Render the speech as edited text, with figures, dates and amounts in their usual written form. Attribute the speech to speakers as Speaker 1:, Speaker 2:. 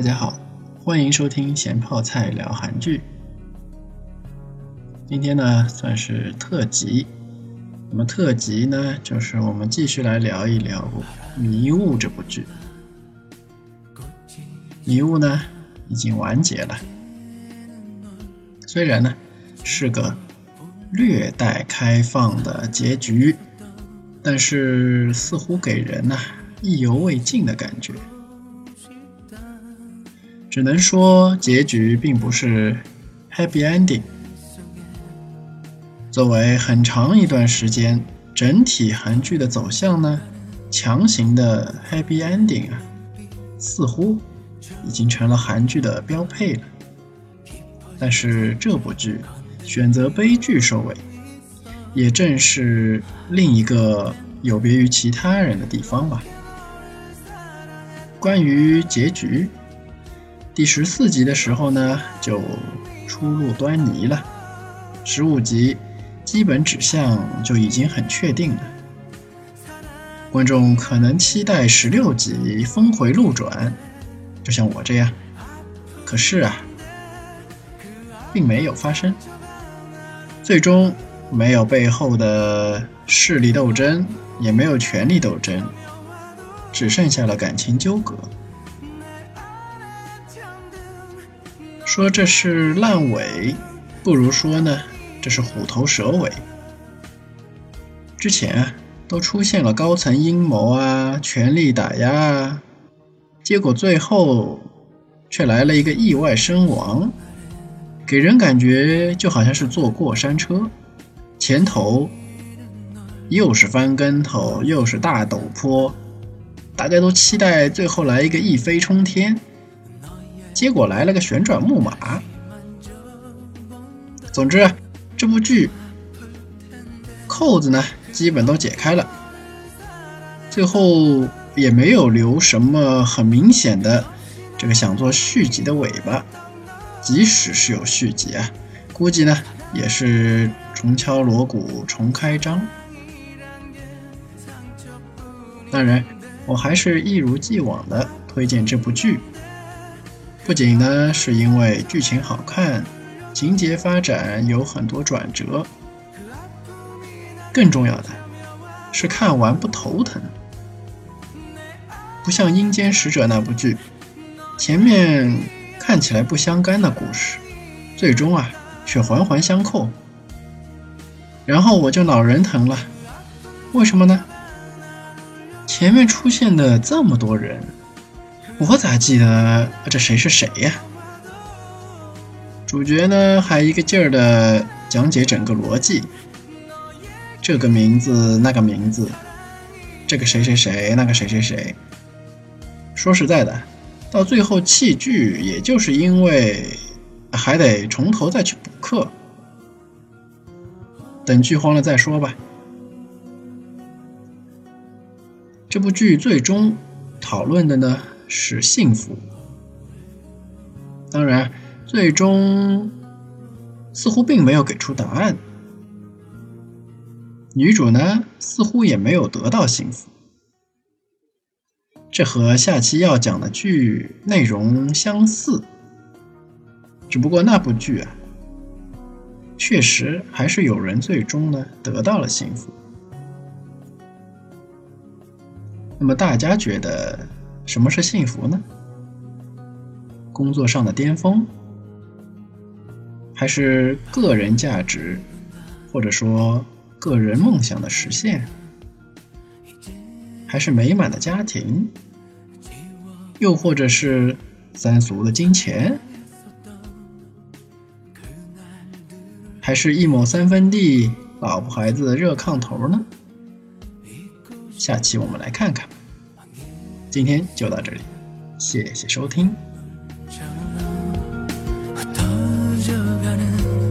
Speaker 1: 大家好，欢迎收听咸泡菜聊韩剧。今天呢算是特辑，那么特辑呢就是我们继续来聊一聊《迷雾》这部剧。迷雾呢已经完结了，虽然呢是个略带开放的结局，但是似乎给人意犹未尽的感觉。只能说结局并不是 happy ending。 作为很长一段时间整体韩剧的走向呢，强行的 happy ending 似乎已经成了韩剧的标配了。但是这部剧选择悲剧收尾，也正是另一个有别于其他人的地方吧。关于结局，第14集的时候呢就初露端倪了，15集基本指向就已经很确定了，观众可能期待16集峰回路转，就像我这样，可是并没有发生。最终没有背后的势力斗争，也没有权力斗争，只剩下了感情纠葛。说这是烂尾，不如说呢这是虎头蛇尾。之前都出现了高层阴谋权力打压结果最后却来了一个意外身亡，给人感觉就好像是坐过山车，前头又是翻跟头又是大陡坡，大家都期待最后来一个一飞冲天，结果来了个旋转木马。总之这部剧扣子呢基本都解开了，最后也没有留什么很明显的这个想做续集的尾巴，即使是有续集估计呢也是重敲锣鼓重开张。当然我还是一如既往的推荐这部剧，不仅呢是因为剧情好看，情节发展有很多转折，更重要的是看完不头疼。不像《阴间使者》那部剧，前面看起来不相干的故事，最终却环环相扣，然后我就脑仁疼了。为什么呢？前面出现的这么多人，我咋记得这谁是谁呀？主角呢还一个劲儿的讲解整个逻辑，这个名字那个名字，这个谁谁谁那个谁谁谁。说实在的，到最后弃剧也就是因为还得从头再去补课，等剧荒了再说吧。这部剧最终讨论的呢是幸福，当然最终似乎并没有给出答案，女主呢似乎也没有得到幸福。这和下期要讲的剧内容相似，只不过那部剧确实还是有人最终呢得到了幸福。那么大家觉得什么是幸福呢？工作上的巅峰，还是个人价值，或者说个人梦想的实现，还是美满的家庭，又或者是三俗的金钱，还是一亩三分地，老婆孩子的热炕头呢？下期我们来看看。今天就到这里，谢谢收听。